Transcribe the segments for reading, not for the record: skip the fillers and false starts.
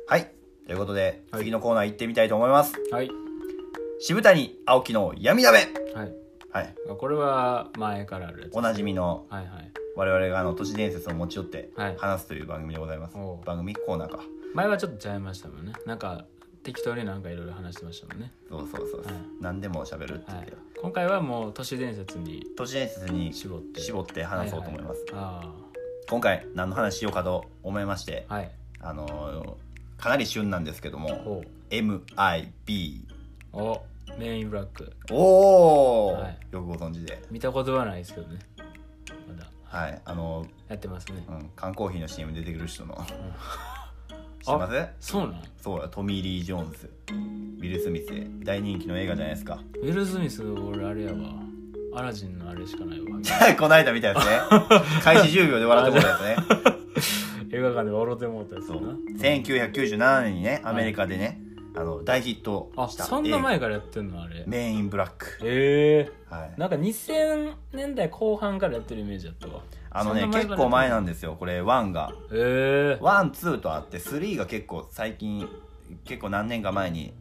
はい。ということで、 はい次のコーナー行ってみたいと思います。 はい。 渋谷青木の闇鍋。 はい。 はい。 これは前からあるやつ、 おなじみの、 はいはい。 我々が都市伝説を持ち寄ってはい話すという番組でございます。番組コーナーか。 前はちょっとちゃいましたもんね。なんか適当になんかいろいろ話してましたもんね。 そう、 はい、 何でも喋るって言って、 今回はもう都市伝説に絞って話そうと思います。 あ今回何の話しようかと思いまして、 はい、 かなり旬なんですけども、MIB。 お、メインブラック。 おー、 はい、 よくご存知で。 見たことはないですけどね。まだ。 はい、 やってますね。 缶コーヒーの CM 出てくる人の。知ってます？ そうなん？ そうや、トミー・リー・ジョーンズ、ウィル・スミスで大人気の映画じゃないですか。 ウィル・スミス、俺あれやわ。アラジンのあれしかないわ。 この間見たやつね。開始10秒で笑ってもらったやつね。 映画館で笑ってもらったやつな。 1997年にね、アメリカでね、大ヒットした。 そんな前からやってんのあれ。 メインブラック。 はい。なんか2000年代後半からやってるイメージだったわ。 結構前なんですよ。これ1が。1、2とあって、3が結構最近、結構何年か前に、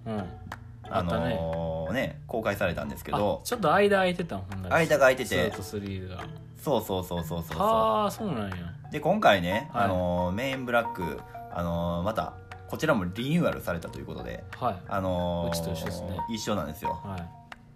公開されたんですけど、 ちょっと間空いてたもんね。 間が空いてて、 2と3が。 そう。 はあ、そうなんや。 で今回ね、メインブラック、またこちらもリニューアルされたということで、 はい、うちと一緒ですね。 一緒なんですよ。 はい、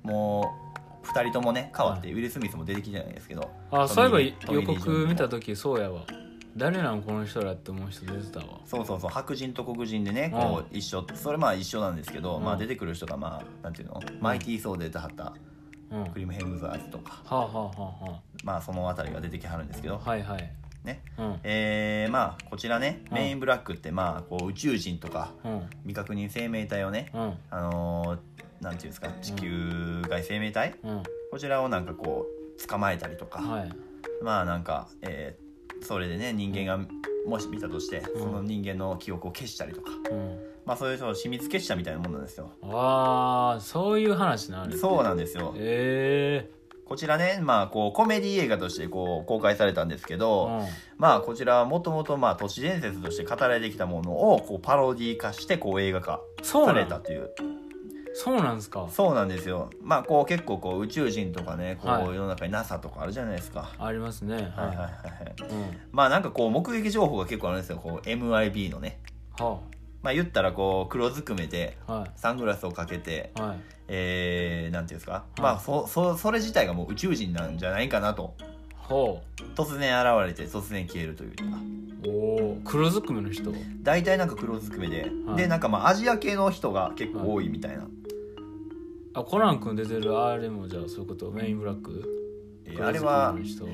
もう2人ともね変わって、ウィル・スミスも出てきてないですけど、 そういえば予告見た時そうやわ。誰なんこの人らって思う人出てたわ。 そう白人と黒人でねこう一緒、それ一緒なんですけど、出てくる人がなんていうの、マイティー・ソーで出てはったクリム・ヘムズワーズとか、そのあたりが出てきはるんですけど、 はいはいね、こちらね、メインブラックってこう宇宙人とか、未確認生命体をね、なんていうんですか、地球外生命体、こちらをなんかこう捕まえたりとか、なんか、それでね人間がもし見たとして、その人間の記憶を消したりとか、そういう秘密結社みたいなもんなんですよ。 そういう話なんですね。 そうなんですよ。こちらね、こうコメディ映画としてこう公開されたんですけど、こちらはもともと都市伝説として語られてきたものをこうパロディ化してこう映画化されたという。 そうなんですか。 そうなんですよ。こう結構こう宇宙人とかね、こう世の中に NASA とかあるじゃないですか。 ありますね。 なんかこう目撃情報が結構あるんですよ。こう MIB のね。言ったらこう黒ずくめて、サングラスをかけて、なんていうんですか、それ自体がもう宇宙人なんじゃないかなと。突然現れて突然消えるというか。 黒ずくめの人。 大体なんか黒ずくめで、でなんかアジア系の人が結構多いみたいな。 コナン君出てるあれもじゃあそういうこと、メインブラック。 あれは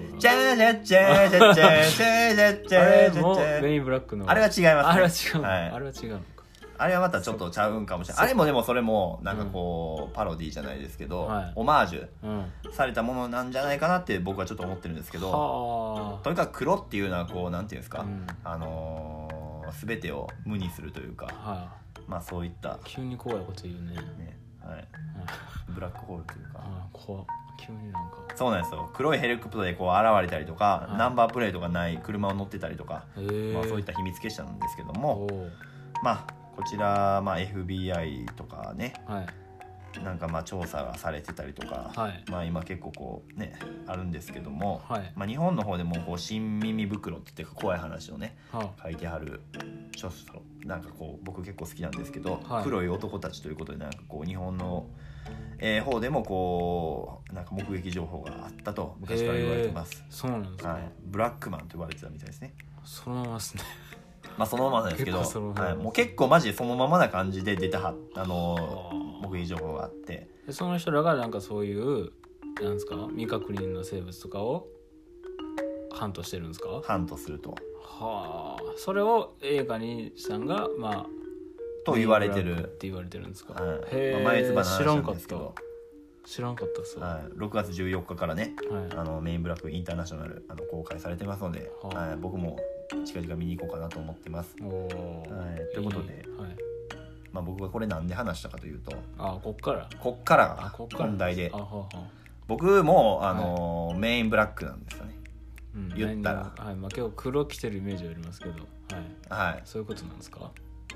あれもメインブラックの。 あれは違います。 あれは違う。あれは違うのか。 あれはまたちょっとちゃうんかもしれない。あれもでもそれもなんかこうパロディじゃないですけど、オマージュされたものなんじゃないかなって僕はちょっと思ってるんですけど、とにかく黒っていうのはこうなんていうんですか、全てを無にするというか、そういった急に怖いこと言うね。 ブラックホールというか、 急になんかそうなんですよ。黒いヘリコプターでこう現れたりとか、ナンバープレートがない車を乗ってたりとか、そういった秘密結社なんですけども、こちら、FBI とかね、なんか調査がされてたりとか、今結構こうねあるんですけども、日本の方でもこう新耳袋って言って怖い話をね、書いてある著書、なんかこう僕結構好きなんですけど、黒い男たちということでなんかこう日本の方でもこうなんか目撃情報があったと昔から言われてます。 そうなんですか。 ブラックマンと言われてたみたいですね。 そのままですね。 そのままなんですけど、もう結構マジでそのままな感じで出た目撃情報があって、 その人らがなんかそういうなんですか、未確認の生物とかをハントしてるんですか。 ハントすると。 それを映画にさんがと言われてるって言われてるんですか。 前つばの話なんですけど。 知らんかったっす。 6月14日からね、メインブラックインターナショナル公開されてますので、僕も近々見に行こうかなと思ってます。ということで、僕がこれなんで話したかというと、こっからが本題で、僕もメインブラックなんですよね。言ったら、 結構黒着てるイメージありますけど、そういうことなんですか。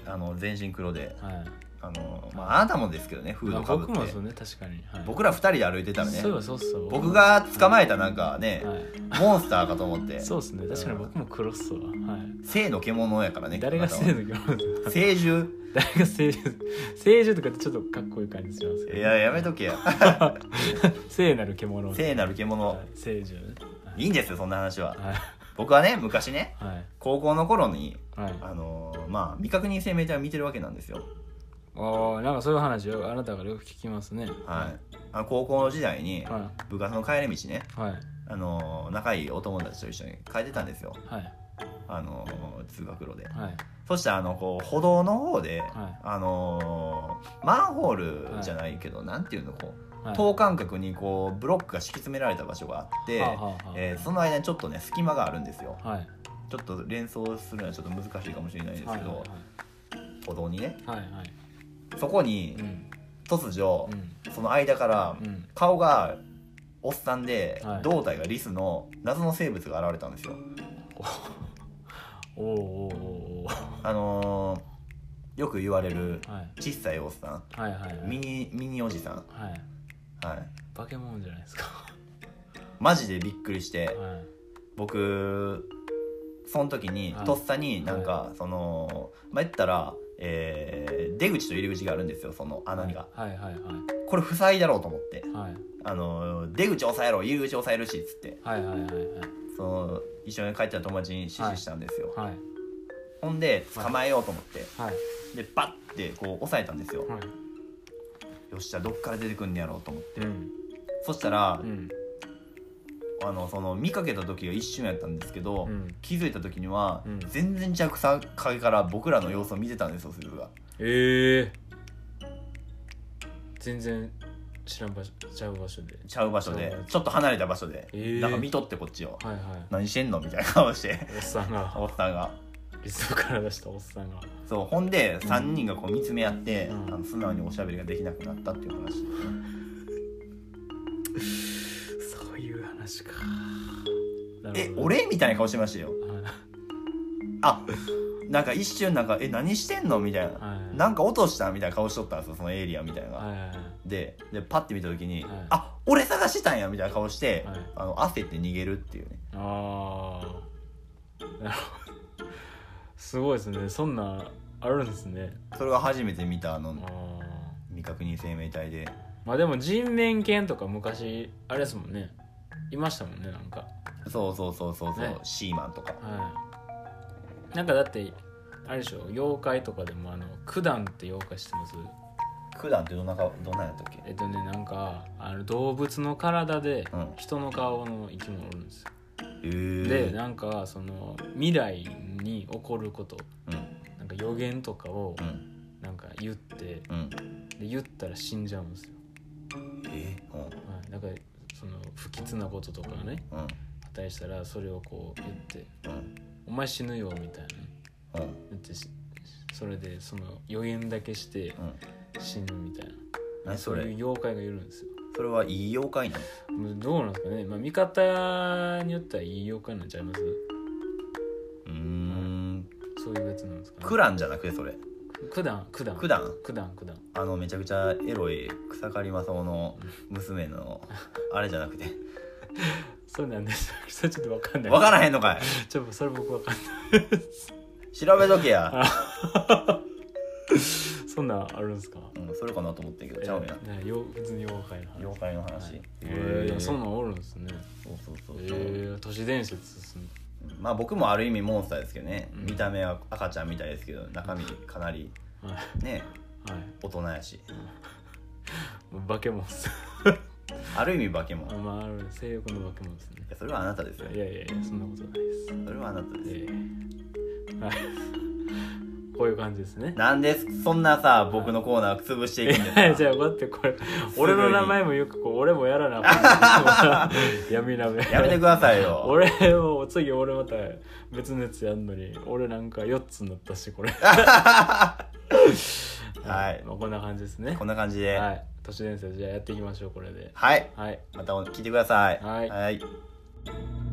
全身黒で、 はい、 あなたもですけどね、フードかぶって、 僕もそうね、確かに、はい、 僕ら2人で歩いてたらね、 そう僕が捕まえたなんかね、 はい、 モンスターかと思ってそうですね、確かに僕も黒っすわ、はい、 性の獣やからね。 誰が性の獣ですか？ 聖獣誰が聖獣とかってちょっとかっこいい感じしますけど、 いややめとけや聖なる獣、 聖なる獣、 はい、聖獣ね、はい、 いいんですよそんな話は、 はい、 僕はね昔ね、 はい、 高校の頃に、 はい、 未確認生命体を見てるわけなんですよ。 なんかそういう話をあなたからよく聞きますね。 はい、高校の時代に、 は部活の帰り道ね、 はい、 仲いいお友達と一緒に帰ってたんですよ、 はい、 通学路で、はい、 はい、 そしたら歩道の方で、 はマンホールじゃないけど、なんていうの等間隔にブロックが敷き詰められた場所があって、その間にちょっとね隙間があるんですよ、はい、ちょっと連想するのはちょっと難しいかもしれないですけど、はいはいはい、歩道にね、はいはい、そこに、突如、その間から顔がおっさんで、胴体がリスの謎の生物が現れたんですよ。よく言われる小さいおっさん、はいはいはい、ミニおじさん、はいはい、 化け物じゃないですかマジでびっくりして、はい、僕その時に、とっさになんか、言ったら、出口と入り口があるんですよ、その穴が、はいはいはいはい、これ塞いだろうと思って、はい、出口押さえろ入り口押さえるしっつって、はいはいはいはい、一緒に帰ってた友達に指示したんですよ、はいはい、ほんで捕まえようと思って、はい、でバッて押さえたんですよ、はい、よっしゃどっから出てくんねやろうと思って、そしたら、見かけた時が一瞬やったんですけど、気づいた時には、全然ちゃう草陰から僕らの様子を見てたんですよ、それが。 全然知らん場所ちゃう場所でちょっと離れた場所で、なんか見とってこっちを、はいはい、何してんのみたいな顔しておっさんがリスから出したおっさんが、 そう、ほんで3人が見つめ合って、素直におしゃべりができなくなったっていう話そういう話か。 俺みたいな顔してましたよあ、なんか一瞬なんか何してんのみたいな、はい、なんか落としたみたいな顔しとったんですよ、そのエイリアンみたいなのが、はいはいはい、でパッて見た時に、はい、あ、俺探したんやみたいな顔して、はい、焦って逃げるっていうね。 ああ、なるほど、すごいですね、そんなあるんですね。 それが初めて見た未確認生命体で、 まあでも人面犬とか昔あれですもんね、いましたもんね、なんか。 そう、ね、シーマンとか、はい、なんかだってあれでしょ、妖怪とかでもクダンって妖怪知ってます？ クダンってどんなんやったっけ？ なんか動物の体で人の顔の生き物おるんですよ、でなんかその未来に起こること、なんか予言とかをなんか言って、で言ったら死んじゃうんですよ。はい、なんかその不吉なこととかね、対したらそれを言って、お前死ぬよみたいな、言ってそれでその予言だけして死ぬみたいな、そういう妖怪がいるんですよ。 それはいい妖怪なの？どうなんですかね、まあ、見方によってはいい妖怪なんちゃいます？そういうやつなんですかね。 クランじゃなくてそれクダンめちゃくちゃエロい草刈正雄の娘のあれじゃなくてそうなんです。それちょっと分かんない。 分からへんのかい。 それ僕分かんないです。 調べとけや。 そんなんあるんですか？ それかなと思ってんけど、ちゃうやん。 普通に妖怪の話。そんなんおるんですね。そう都市伝説ですね。 まあ僕もある意味モンスターですけどね、見た目は赤ちゃんみたいですけど中身かなりね、大人やし、 化け物っす。 ある意味化け物。 まあ性欲の化け物ですね。 それはあなたですよ。 いやそんなことないです。 それはあなたです。 はい。こういう感じですね。 なんでそんなさ僕のコーナー潰していくんですか？ じゃあ待って、これ俺の名前もよく俺もやらなあかん。闇鍋やめてくださいよ。 俺また別のやつやんのに俺なんか4つになったしこれ。 はい、 こんな感じですね。 こんな感じで、 はい、都市伝説じゃあやっていきましょう、これで。 はい、また聞いてください。 はい。